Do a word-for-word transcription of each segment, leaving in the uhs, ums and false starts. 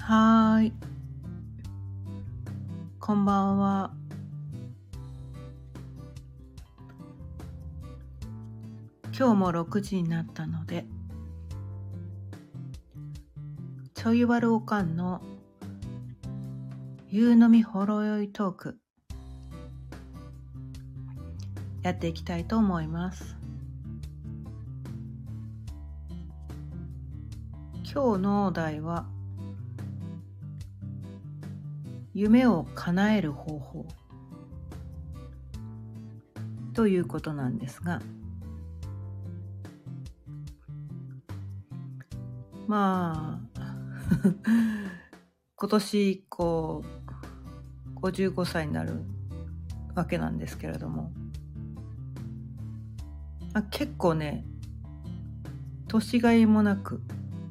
はーい、こんばんは。今日もろくじになったので、ちょいわるおかんの夕飲みほろ酔いトークやっていきたいと思います。今日のお題は夢を叶える方法ということなんですが、まあ今年こうごじゅうごさいになるわけなんですけれども、あ結構ね年がいもなく、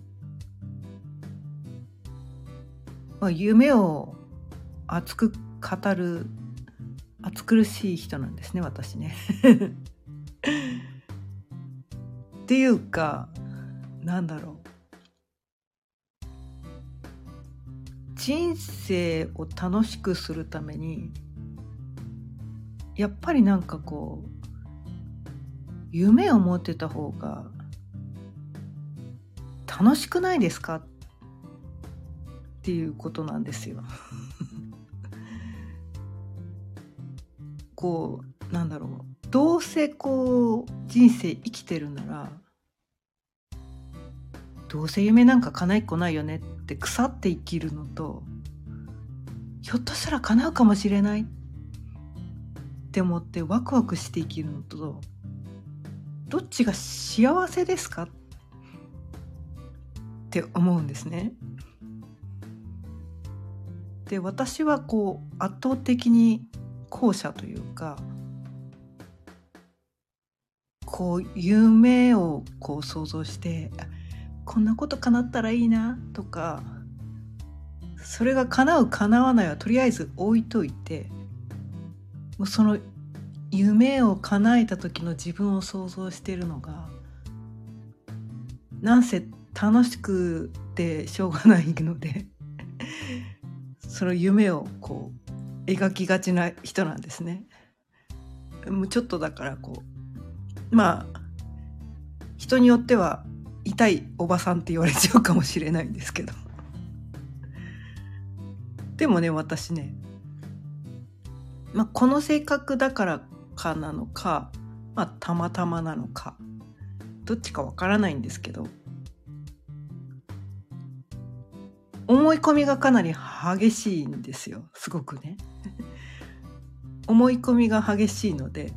まあ、夢を熱く語る暑苦しい人なんですね、私ねっていうかなんだろう、人生を楽しくするためにやっぱりなんかこう夢を持ってた方が楽しくないですかっていうことなんですよこうなんだろう、どうせこう人生生きてるならどうせ夢なんか叶いっこないよねって腐って生きるのと、ひょっとしたら叶うかもしれないって思ってワクワクして生きるのと、どっちが幸せですかって思うんですね。で、私はこう圧倒的に後者というか、こう夢をこう想像してこんなこと叶ったらいいなとか、それが叶う叶わないはとりあえず置いといて、もうその夢を叶えた時の自分を想像しているのがなんせ楽しくてしょうがないのでその夢をこう描きがちな人なんですね。もうちょっとだからこうまあ人によっては痛いおばさんって言われちゃうかもしれないんですけどでもね、私ね、まあ、この性格だからかなのか、まあ、たまたまなのかどっちかわからないんですけど、思い込みがかなり激しいんですよ。すごくね思い込みが激しいので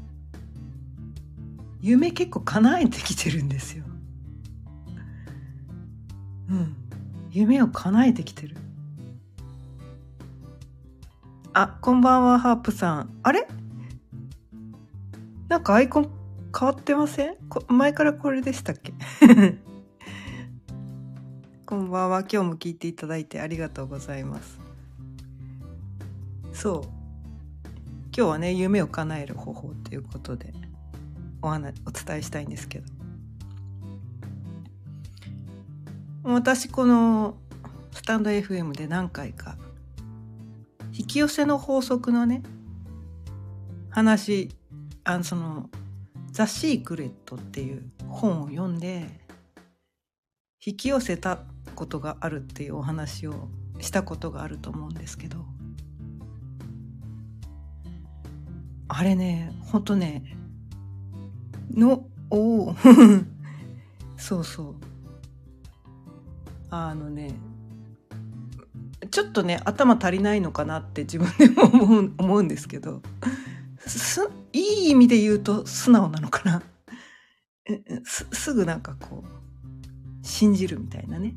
夢結構叶えてきてるんですよ。うん、夢を叶えてきてる。あ、こんばんはハープさん。あれ？なんかアイコン変わってません？前からこれでしたっけこんばんは。今日も聞いていただいてありがとうございます。そう、今日はね夢を叶える方法ということでお話お伝えしたいんですけど、私このスタンド エフエム で何回か引き寄せの法則のね話、あのそのザ・シークレットっていう本を読んで引き寄せたことがあるっていうお話をしたことがあると思うんですけど、あれね、ほんとねのおそうそうあのねちょっとね頭足りないのかなって自分でも思う、思うんですけど、すいい意味で言うと素直なのかなす, すぐなんかこう信じるみたいなね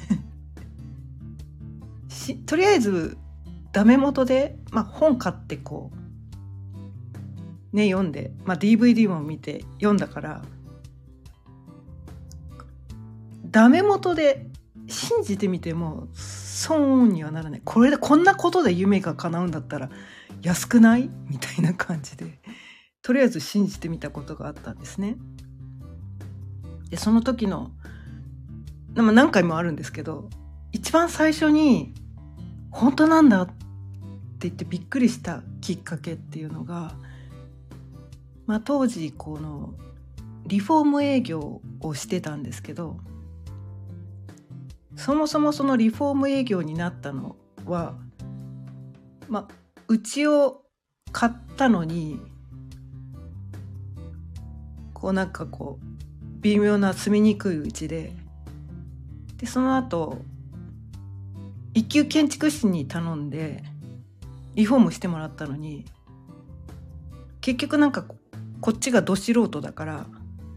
しとりあえずダメ元で、まあ、本買ってこうね読んで、まあ、ディーブイディー も見て読んだからダメ元で信じてみても損にはならない。これでこんなことで夢が叶うんだったら安くないみたいな感じでとりあえず信じてみたことがあったんですね。でその時の何回もあるんですけど、 一番最初に本当なんだって言ってびっくりしたきっかけっていうのが、まあ、当時このリフォーム営業をしてたんですけど、そもそもそのリフォーム営業になったのは、まあ、うちを買ったのにこうなんかこう微妙な住みにくいうちで、でその後一級建築士に頼んでリフォームしてもらったのに、結局なんかこっちがど素人だから、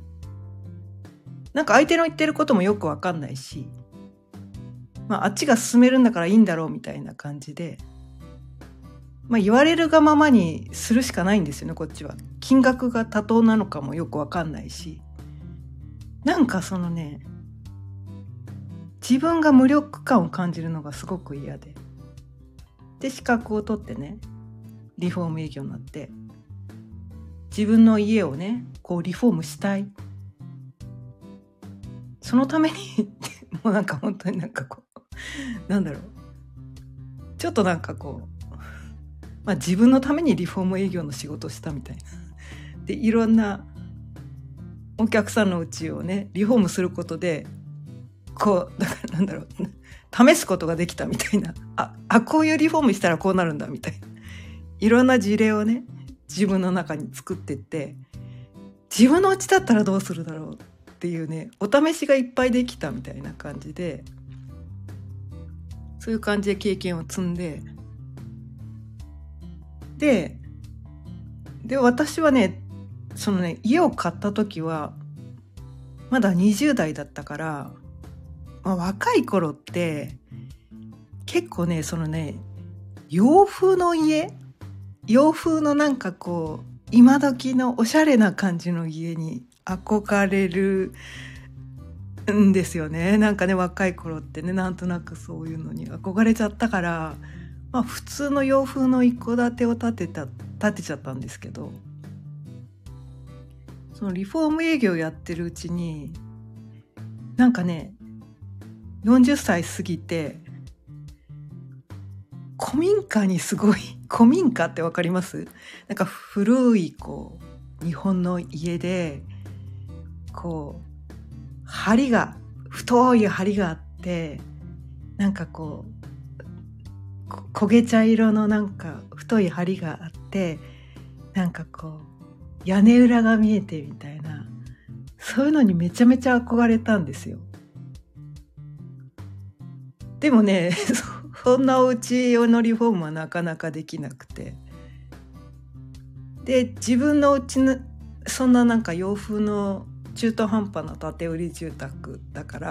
なんか相手の言ってることもよくわかんないし、まああっちが進めるんだからいいんだろうみたいな感じで、まあ言われるがままにするしかないんですよね、こっちは。金額が妥当なのかもよくわかんないし、なんかそのね、自分が無力感を感じるのがすごく嫌で、で資格を取ってね、リフォーム営業になって、自分の家をねこうリフォームしたい、そのためにもうなんか本当になんかこうなんだろう、ちょっとなんかこう、まあ、自分のためにリフォーム営業の仕事をしたみたいな。でいろんなお客さんの家をねリフォームすることで、こうだからなんだろう試すことができたみたいな、ああこういうリフォームしたらこうなるんだみたいな、いろんな事例をね自分の中に作ってって、自分の家だったらどうするだろうっていうね、お試しがいっぱいできたみたいな感じで、そういう感じで経験を積んで、でで私はねそのね家を買った時はまだにじゅう代だったから、まあ、若い頃って結構ねそのね洋風の家洋風のなんかこう今時のおしゃれな感じの家に憧れるんですよね。なんかね若い頃ってね、なんとなくそういうのに憧れちゃったから、まあ普通の洋風の一戸建てを建てた建てちゃったんですけど、そのリフォーム営業やってるうちになんかねよんじゅっさい過ぎて古民家にすごい古民家ってわかります？なんか古いこう日本の家でこう梁が太い梁があって、なんかこう焦げ茶色のなんか太い梁があって、なんかこう屋根裏が見えてみたいな、そういうのにめちゃめちゃ憧れたんですよ。でもねそんなお家のリフォームはなかなかできなくて、で自分の家のそんななんか洋風の中途半端な建て売り住宅だから、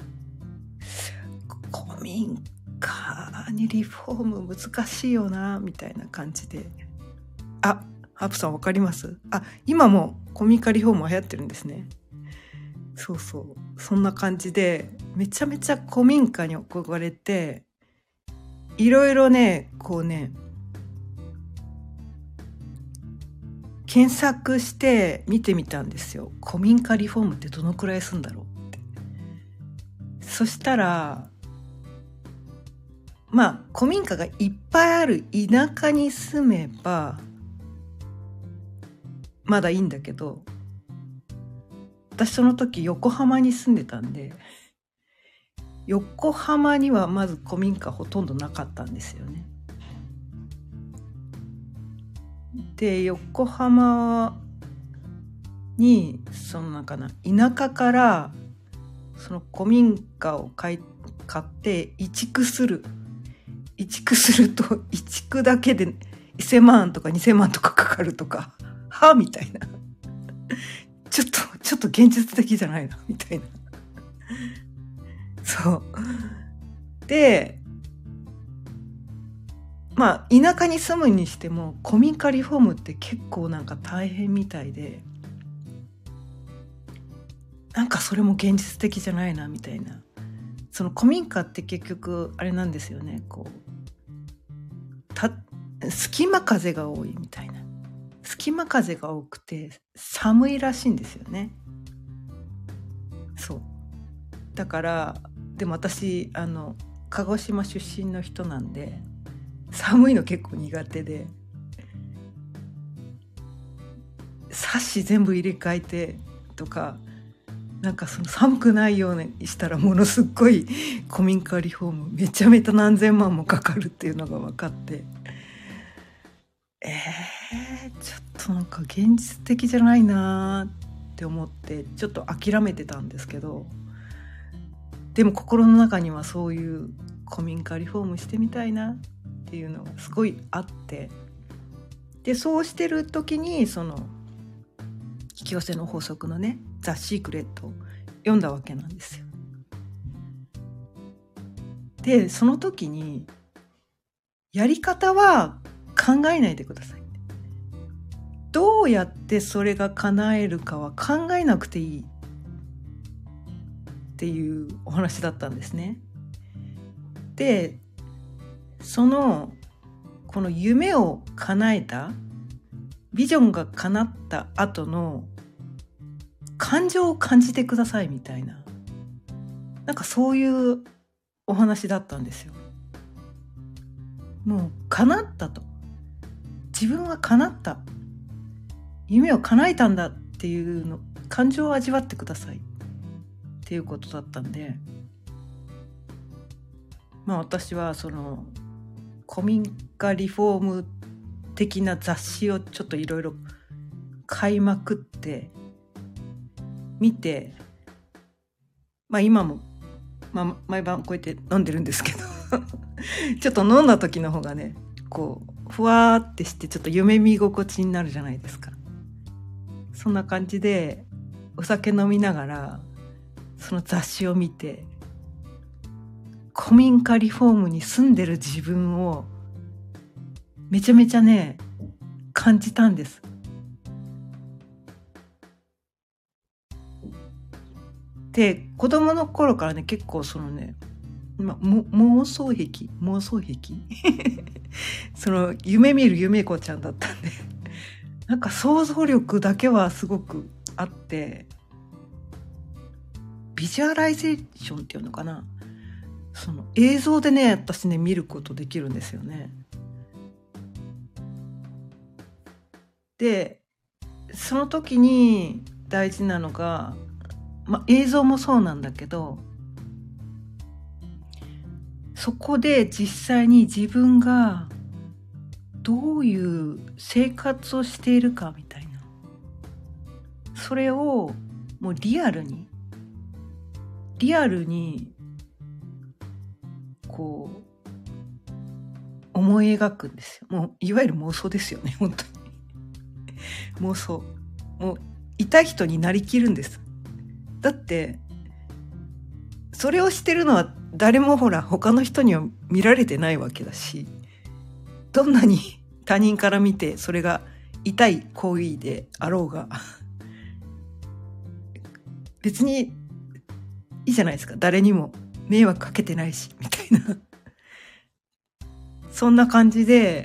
古民家にリフォーム難しいよなみたいな感じで、あ、ハープさんわかります？あ、今も古民家リフォームは流行ってるんですね。そうそう、そんな感じでめちゃめちゃ古民家に憧れて、いろいろねこうね検索して見てみたんですよ。古民家リフォームってどのくらいするんだろうって。そしたらまあ古民家がいっぱいある田舎に住めばまだいいんだけど、私その時横浜に住んでたんで、横浜にはまず古民家ほとんどなかったんですよね。で横浜にそのなんかな田舎からその古民家を買い買って移築する移築すると移築だけでせんまんとかにせんまんとかかかるとか、はみたいなちょっとちょっと現実的じゃないなみたいなそうで、まあ田舎に住むにしても古民家リフォームって結構なんか大変みたいで、なんかそれも現実的じゃないなみたいな。その古民家って結局あれなんですよね、こうた隙間風が多いみたいな、隙間風が多くて寒いらしいんですよね。そうだからでも私あの鹿児島出身の人なんで寒いの結構苦手で、サッシ全部入れ替えてとか、なんかその寒くないようにしたらものすっごい古民家リフォームめちゃめちゃ何千万もかかるっていうのが分かって、えー、ちょっとなんか現実的じゃないなって思ってちょっと諦めてたんですけど、でも心の中にはそういう古民家リフォームしてみたいなっていうのがすごいあって、でそうしてる時にその引き寄せの法則のねザ・シークレットを読んだわけなんですよ。でその時にやり方は考えないでください。どうやってそれが叶えるかは考えなくていいっていうお話だったんですね。でそのこの夢を叶えたビジョンが叶った後の感情を感じてくださいみたいな、なんかそういうお話だったんですよ。もう叶ったと、自分は叶った、夢を叶えたんだっていうの感情を味わってくださいっていうことだったんで、まあ私はその古民家リフォーム的な雑誌をちょっといろいろ買いまくって見て、まあ今も、まあ、毎晩こうやって飲んでるんですけどちょっと飲んだ時の方がねこうふわーってしてちょっと夢見心地になるじゃないですか。そんな感じでお酒飲みながらその雑誌を見て、古民家リフォームに住んでる自分をめちゃめちゃね感じたんです。で子供の頃からね結構そのね、ま、も妄想癖妄想癖その夢見る夢子ちゃんだったんでなんか想像力だけはすごくあって、ビジュアライゼーションっていうのかな、その映像でね私ね見ることできるんですよね。でその時に大事なのが、まあ、映像もそうなんだけど、そこで実際に自分がどういう生活をしているかみたいな、それをもうリアルにリアルにこう思い描くんですよ。もういわゆる妄想ですよね、本当に妄想。もういた人になりきるんです。だってそれをしてるのは誰もほら他の人には見られてないわけだし、どんなに他人から見てそれが痛い行為であろうが別にいいじゃないですか、誰にも迷惑かけてないしみたいなそんな感じで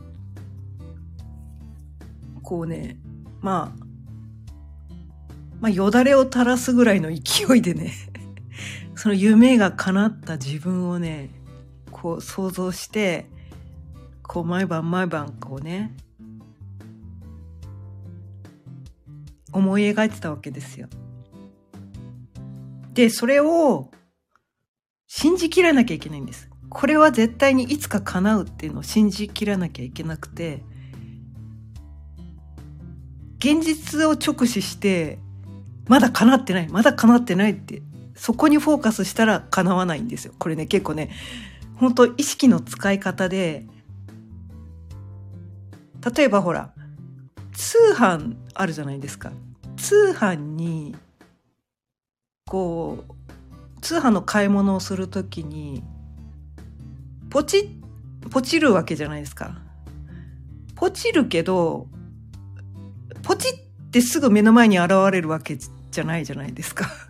こうね、まあまあよだれを垂らすぐらいの勢いでねその夢が叶った自分をねこう想像して、こう毎晩毎晩こうね思い描いてたわけですよ。でそれを信じきらなきゃいけないんです。これは絶対にいつか叶うっていうのを信じきらなきゃいけなくて、現実を直視してまだ叶ってないまだ叶ってないってそこにフォーカスしたら叶わないんですよ。これね結構ね本当意識の使い方で、例えばほら通販あるじゃないですか。通販にこう通販の買い物をするときにポチポチるわけじゃないですか。ポチるけどポチってすぐ目の前に現れるわけじゃないじゃないですか。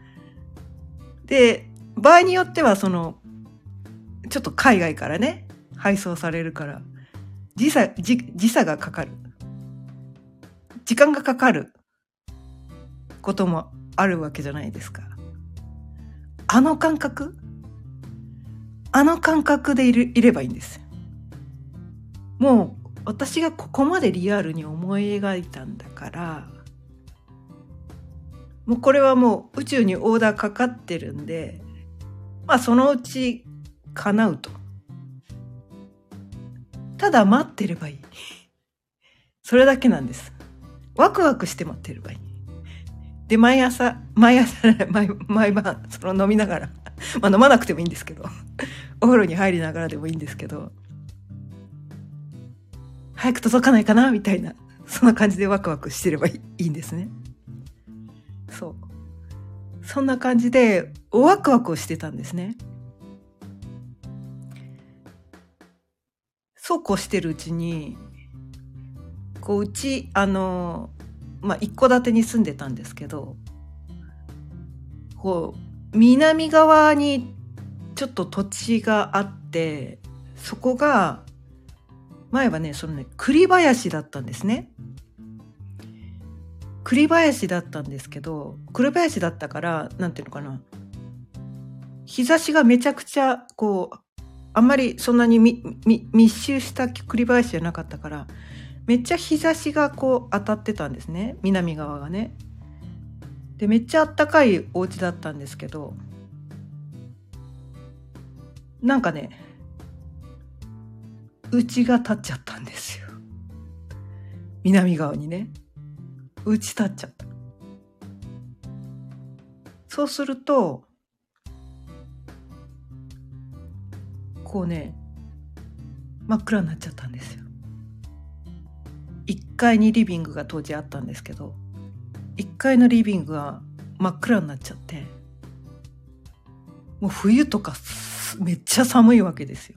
で場合によってはそのちょっと海外からね配送されるから時差、時、時差がかかる時間がかかることもあるわけじゃないですか。 あの感覚あの感覚でいる、いればいいんです。もう私がここまでリアルに思い描いたんだから、もうこれはもう宇宙にオーダーかかってるんで、まあそのうち叶うと。ただ待ってればいい。それだけなんです。ワクワクして待ってればいい。で、毎朝、毎朝、毎毎晩、その飲みながら、まあ飲まなくてもいいんですけど、お風呂に入りながらでもいいんですけど、早く届かないかなみたいな、そんな感じでワクワクしてればいい、いいんですね。そう。そんな感じでワクワクをしてたんですね。そうこうしてるうちに、こううちあのまあ一戸建てに住んでたんですけど、こう南側にちょっと土地があって、そこが前はねそのね栗林だったんですね。栗林だったんですけど、栗林だったからなんていうのかな、日差しがめちゃくちゃこうあんまりそんなにみみ密集した栗林じゃなかったから、めっちゃ日差しがこう当たってたんですね、南側がね。でめっちゃあったかいお家だったんですけど、なんかね家が建っちゃったんですよ、南側にね。家建っちゃった。そうするとこうね真っ暗になっちゃったんですよ。いっかいにリビングが当時あったんですけど、いっかいのリビングが真っ暗になっちゃって、もう冬とかめっちゃ寒いわけですよ。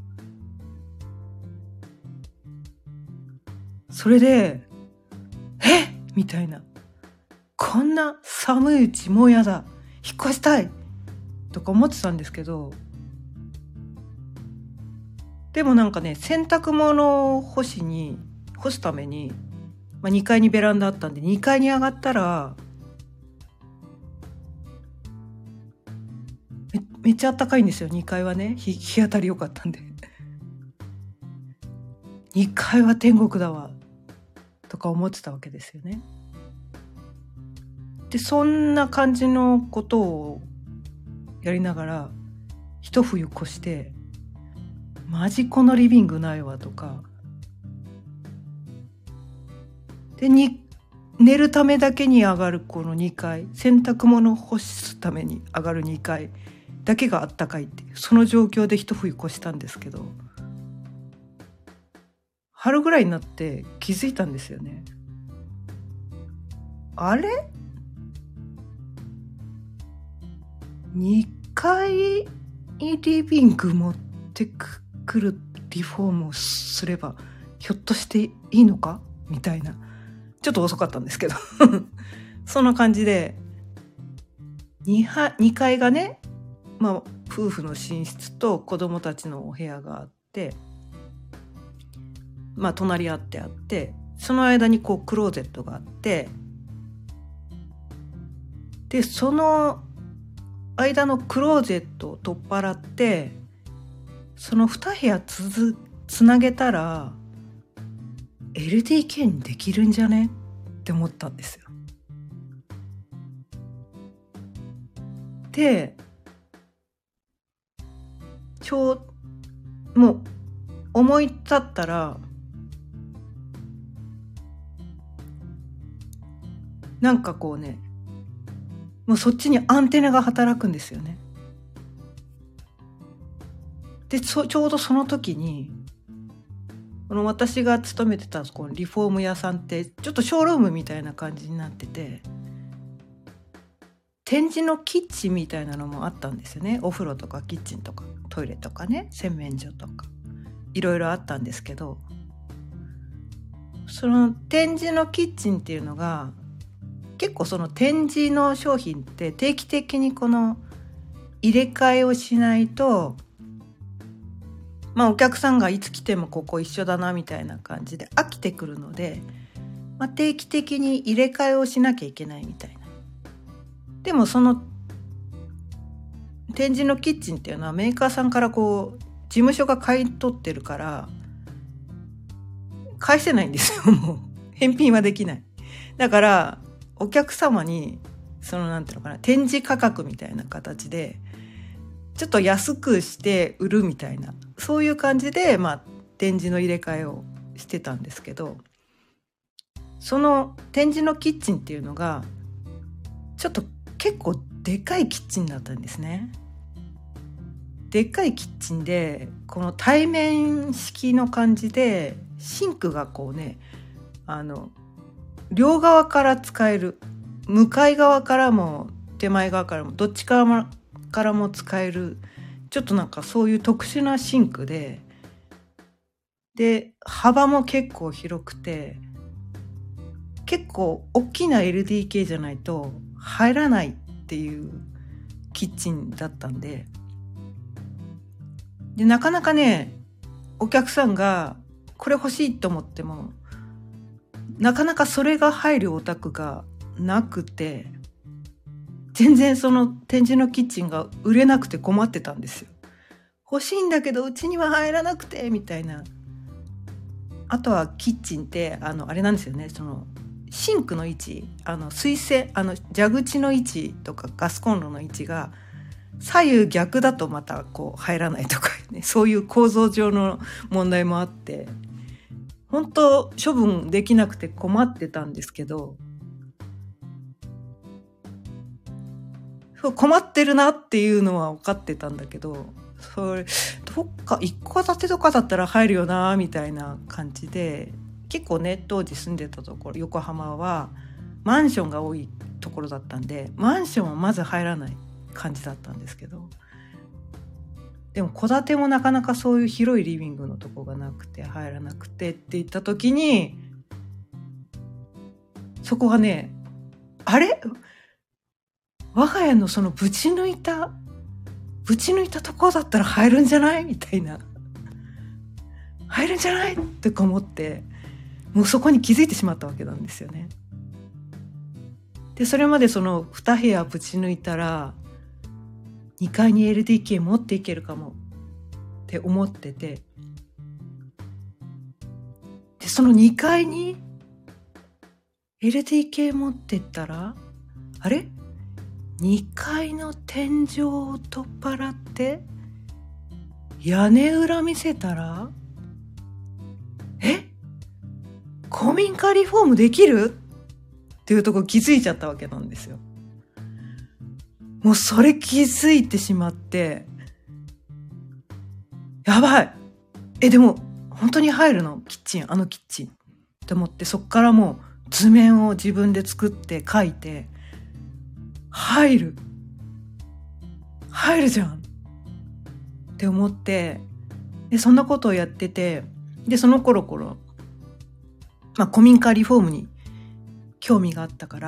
それでえっみたいな、こんな寒いうちもうやだ、引っ越したいとか思ってたんですけど、でもなんかね洗濯物を干しに干すために、まあ、にかいにベランダあったんでにかいに上がったら め, めっちゃ暖かいんですよ。にかいはね 日, 日当たり良かったんでにかいは天国だわとか思ってたわけですよね。でそんな感じのことをやりながら一冬越して、マジこのリビングないわとかで、に寝るためだけに上がるこのにかい、洗濯物を干すために上がるにかいだけがあったかいっていう、その状況で一冬越したんですけど、春ぐらいになって気づいたんですよね。あれにかいリビング持ってくるリフォームをすればひょっとしていいのかみたいな、ちょっと遅かったんですけどそんな感じで 2, はにかいがね、まあ、夫婦の寝室と子供たちのお部屋があって、まあ隣り合ってあって、その間にこうクローゼットがあって、でその間のクローゼットを取っ払って、そのに部屋つづつなげたら エルディーケー にできるんじゃねって思ったんですよ。でちょうもう思い立ったら、なんかこうね、もうそっちにアンテナが働くんですよね。でちょうどその時に、この私が勤めてたこのリフォーム屋さんってちょっとショールームみたいな感じになってて、展示のキッチンみたいなのもあったんですよね。お風呂とかキッチンとかトイレとかね、洗面所とかいろいろあったんですけど、その展示のキッチンっていうのが結構その展示の商品って定期的にこの入れ替えをしないと、まあお客さんがいつ来てもここ一緒だなみたいな感じで飽きてくるので、まあ、定期的に入れ替えをしなきゃいけないみたいな。でもその展示のキッチンっていうのはメーカーさんからこう事務所が買い取ってるから返せないんですよ。もう返品はできない。だからお客様にそのなんていうのかな、展示価格みたいな形でちょっと安くして売るみたいな、そういう感じでまあ展示の入れ替えをしてたんですけど、その展示のキッチンっていうのがちょっと結構でかいキッチンだったんですね。でっかいキッチンでこの対面式の感じでシンクがこうね、あの両側から使える、向かい側からも手前側からもどっち側からも使える、ちょっとなんかそういう特殊なシンクで、で幅も結構広くて、結構大きな エルディーケー じゃないと入らないっていうキッチンだったんで、でなかなかねお客さんがこれ欲しいと思ってもなかなかそれが入るお宅がなくて、全然その展示のキッチンが売れなくて困ってたんですよ。欲しいんだけどうちには入らなくてみたいな。あとはキッチンってあのあれなんですよね、そのシンクの位置、あの水栓、あの蛇口の位置とかガスコンロの位置が左右逆だとまたこう入らないとかね、そういう構造上の問題もあって、本当処分できなくて困ってたんですけど、困ってるなっていうのは分かってたんだけど、それどっか一戸建てとかだったら入るよなみたいな感じで、結構ね当時住んでたところ横浜はマンションが多いところだったんで、マンションはまず入らない感じだったんですけど、でも戸建てもなかなかそういう広いリビングのとこがなくて入らなくてって言った時に、そこがね、あれ我が家のそのぶち抜いたぶち抜いたとこだったら入るんじゃないみたいな、入るんじゃないって思って、もうそこに気づいてしまったわけなんですよね。でそれまでそのに部屋ぶち抜いたらにかいに エルディーケー 持っていけるかもって思ってて、でそのにかいに エルディーケー 持ってったら、あれにかいの天井を取っ払って屋根裏見せたら、え古民家リフォームできるっていうところ気づいちゃったわけなんですよ。もうそれ気づいてしまって、やばい、えでも本当に入るのキッチン、あのキッチンって思って、そっからもう図面を自分で作って書いて、入る入るじゃんって思って、でそんなことをやってて、でその頃頃まあ古民家リフォームに興味があったから、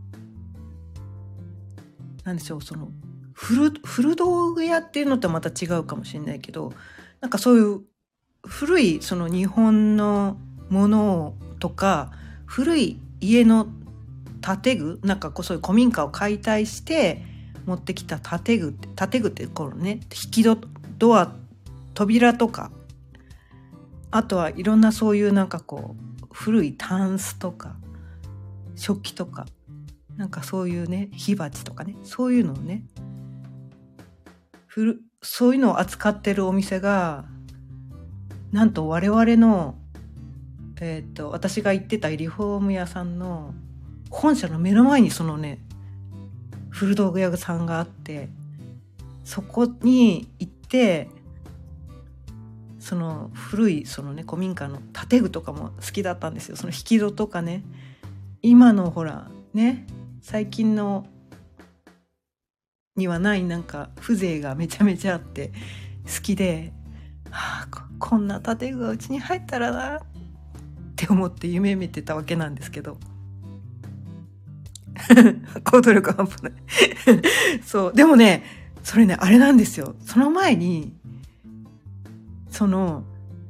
なんでしょう、その古古道具屋っていうのとはまた違うかもしれないけど、なんかそういう古いその日本のものとか古い家の建具、なんかこうそういう古民家を解体して持ってきた建具って、建具ってこのね、引き戸、ドア、扉とか、あとはいろんなそういうなんかこう古いタンスとか食器とか、なんかそういうね火鉢とかね、そういうのをね、古そういうのを扱ってるお店が、なんと我々のえっと私が行ってたリフォーム屋さんの本社の目の前にそのね古道具屋さんがあって、そこに行ってその古いそのね古民家の建具とかも好きだったんですよ。その引き戸とかね、今のほらね最近のにはないなんか風情がめちゃめちゃあって好きで、はあ、こ, こんな建具がうちに入ったらなって思って夢見てたわけなんですけど行動力半端ないそうでもね、それねあれなんですよ。その前にその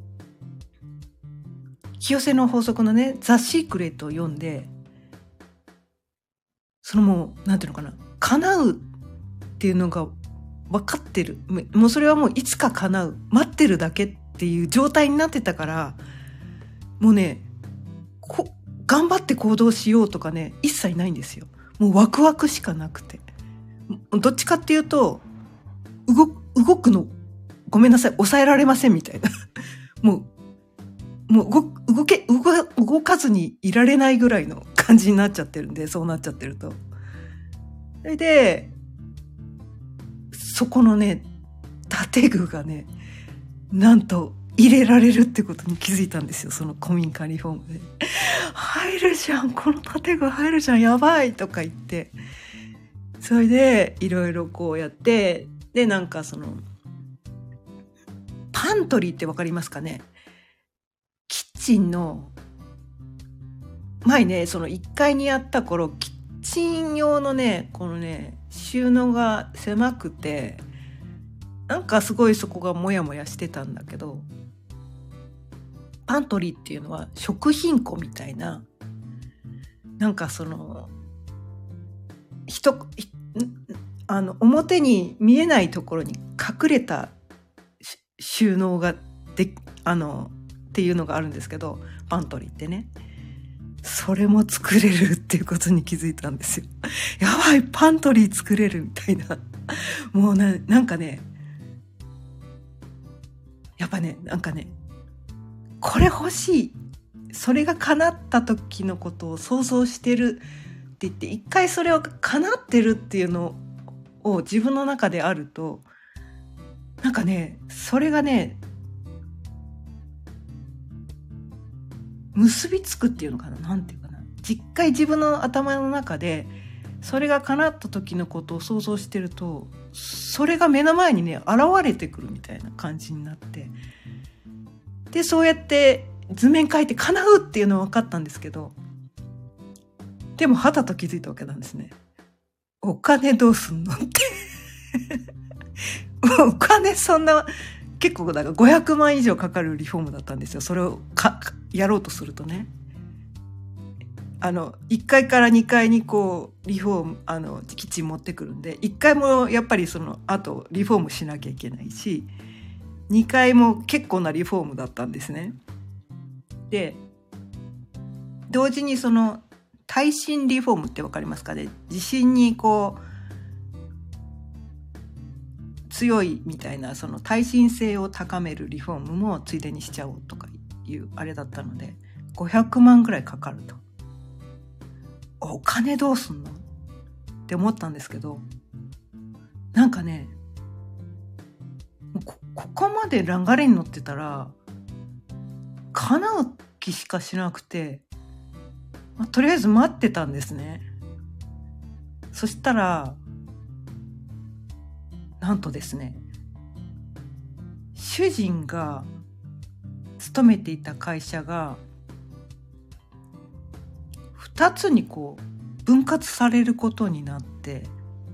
引き寄せの法則のねザ・シークレットを読んで、そのもうなんていうのかな、叶うっていうのが分かってる、もうそれはもういつか叶う、待ってるだけっていう状態になってたから、もうねこ頑張って行動しようとかね一切ないんですよ。もうワクワクしかなくて、どっちかっていうと動動くのごめんなさい抑えられませんみたいなもうもう動動け動動かずにいられないぐらいの感じになっちゃってるんで、そうなっちゃってると、それでそこのね建具がねなんと入れられるってことに気づいたんですよ。その古民家リフォームで入るじゃん、この建具入るじゃん、やばいとか言って、それでいろいろこうやって、でなんかそのパントリーってわかりますかね。キッチンの前ね、そのいっかいにやった頃キッチン用のねこのね収納が狭くて、なんかすごいそこがモヤモヤしてたんだけど、パントリーっていうのは食品庫みたいな、なんかその人あの表に見えないところに隠れた収納がであのっていうのがあるんですけど、パントリーってね、それも作れるっていうことに気づいたんですよ。やばい、パントリー作れるみたいな、もう な, なんかねやっぱねなんかねこれ欲しい、それが叶った時のことを想像してるって言って、一回それを叶ってるっていうのを自分の中であると、なんかねそれがね結びつくっていうのかな、なんていうかな、実回自分の頭の中でそれが叶った時のことを想像してると、それが目の前にね現れてくるみたいな感じになって、でそうやって図面描いて叶うっていうのは分かったんですけど、でもはたと気づいたわけなんですね。お金どうすんのってお金そんな結構だからごひゃくまん以上かかるリフォームだったんですよ。それをかやろうとするとね、あのいっかいからにかいにこうリフォームあのキッチン持ってくるんで、いっかいもやっぱりその後リフォームしなきゃいけないし、にかいも結構なリフォームだったんですね。で同時にその耐震リフォームってわかりますかね。地震にこう強いみたいな、その耐震性を高めるリフォームもついでにしちゃおうとかいうあれだったので、ごひゃくまんぐらいかかると。お金どうすんのって思ったんですけど、なんかね こ, ここまで流れに乗ってたら叶う気しかしなくて、まあ、とりあえず待ってたんですね。そしたらなんとですね、主人が勤めていた会社がふたつにこう分割されることになって、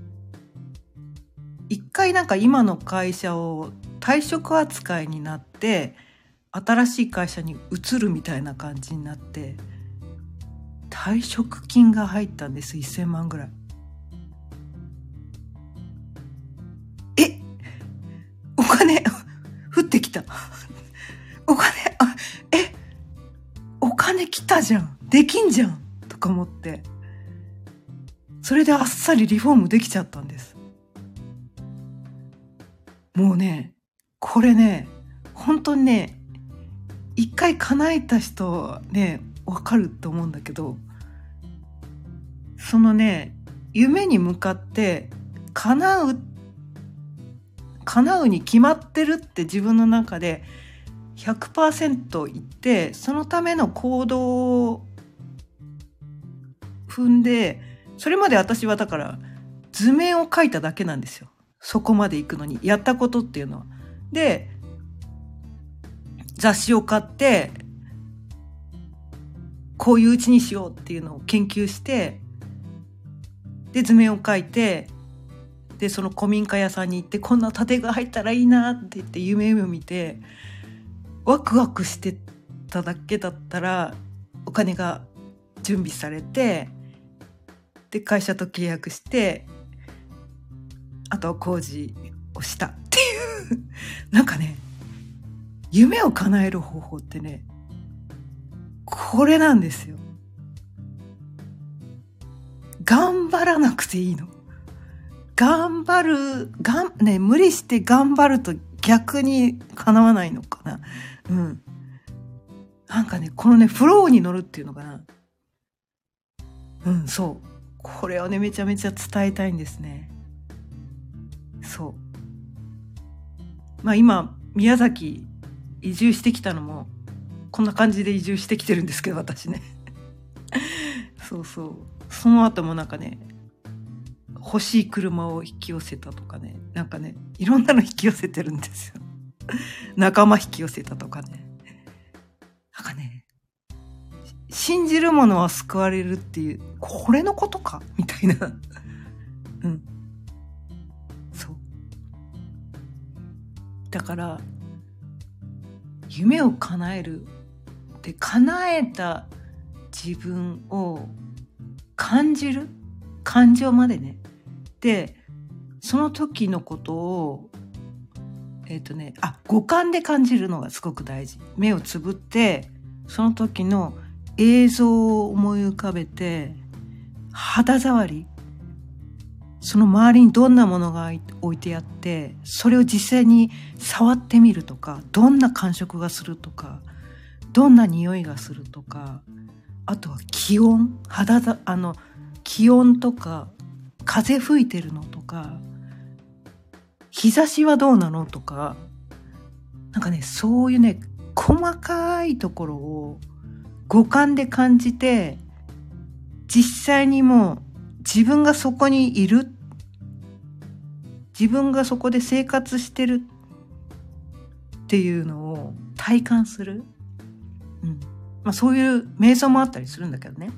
一回なんか今の会社を退職扱いになって新しい会社に移るみたいな感じになって、退職金が入ったんです。せんまんぐらい。えお金降ってきたお金あえお金来たじゃん、できんじゃんとか思って、それであっさりリフォームできちゃったんです。もうねこれね本当にね一回叶えた人はね分かると思うんだけど、そのね夢に向かって叶う叶うに決まってるって自分の中で ひゃくパーセント 言って、そのための行動を踏んで、それまで私はだから図面を描いただけなんですよ、そこまで行くのにやったことっていうのは。で雑誌を買ってこういううちにしようっていうのを研究して、で図面を描いて、でその古民家屋さんに行ってこんな建具が入ったらいいなって言って夢を見てワクワクしてただけだったら、お金が準備されて、で会社と契約して、あとは工事をしたっていうなんかね、夢を叶える方法ってね、これなんですよ。頑張らなくていいの。頑張る、がん、ね、無理して頑張ると逆に叶わないのかな。うん。なんかね、このね、フローに乗るっていうのかな。うん、そう。これをね、めちゃめちゃ伝えたいんですね。そう。まあ今、宮崎移住してきたのも、こんな感じで移住してきてるんですけど、私ね。そうそう。その後もなんかね、欲しい車を引き寄せたとかね、なんかね、いろんなの引き寄せてるんですよ。仲間引き寄せたとかね。なんかね、信じるものは救われるっていう、これのことかみたいな。うん。そう。だから、夢を叶える。で、叶えた自分を感じる。感情までね。で、その時のことを、えっとね、あ、五感で感じるのがすごく大事。目をつぶって、その時の映像を思い浮かべて、肌触り、その周りにどんなものが置いてあって、それを実際に触ってみるとか、どんな感触がするとか、どんな匂いがするとか、あとは気温、肌だ、あの、気温とか、風吹いてるのとか、日差しはどうなのとか、なんかね、そういうね、細かいところを五感で感じて、実際にもう自分がそこにいる、自分がそこで生活してるっていうのを体感する。うん。まあそういう瞑想もあったりするんだけどね。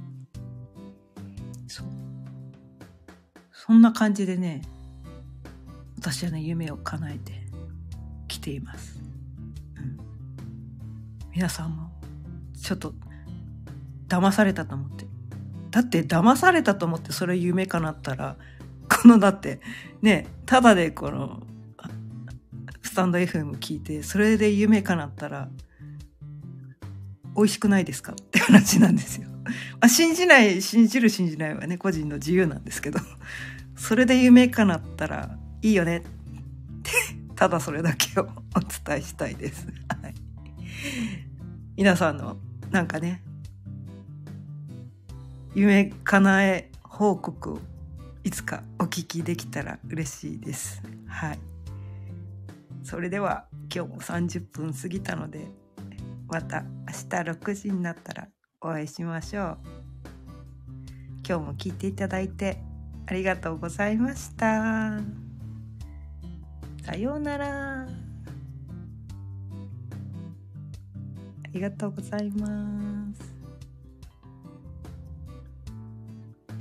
そう。そんな感じでね、私はね、夢を叶えてきています。うん。皆さんもちょっと騙されたと思って。だって騙されたと思ってそれ夢叶ったら、このだってね、ただでこのスタンド エフエム 聞いて、それで夢叶ったら美味しくないですかって話なんですよ。あ、信じない、信じる信じないはね、個人の自由なんですけど、それで夢叶ったらいいよねってただそれだけをお伝えしたいです。はい、皆さんのなんかね、夢叶え報告をいつかお聞きできたら嬉しいです。はい。それでは今日もさんじゅっぷん過ぎたので、また明日ろくじになったらお会いしましょう。今日も聞いていただいてありがとうございました。さようなら。ありがとうございます。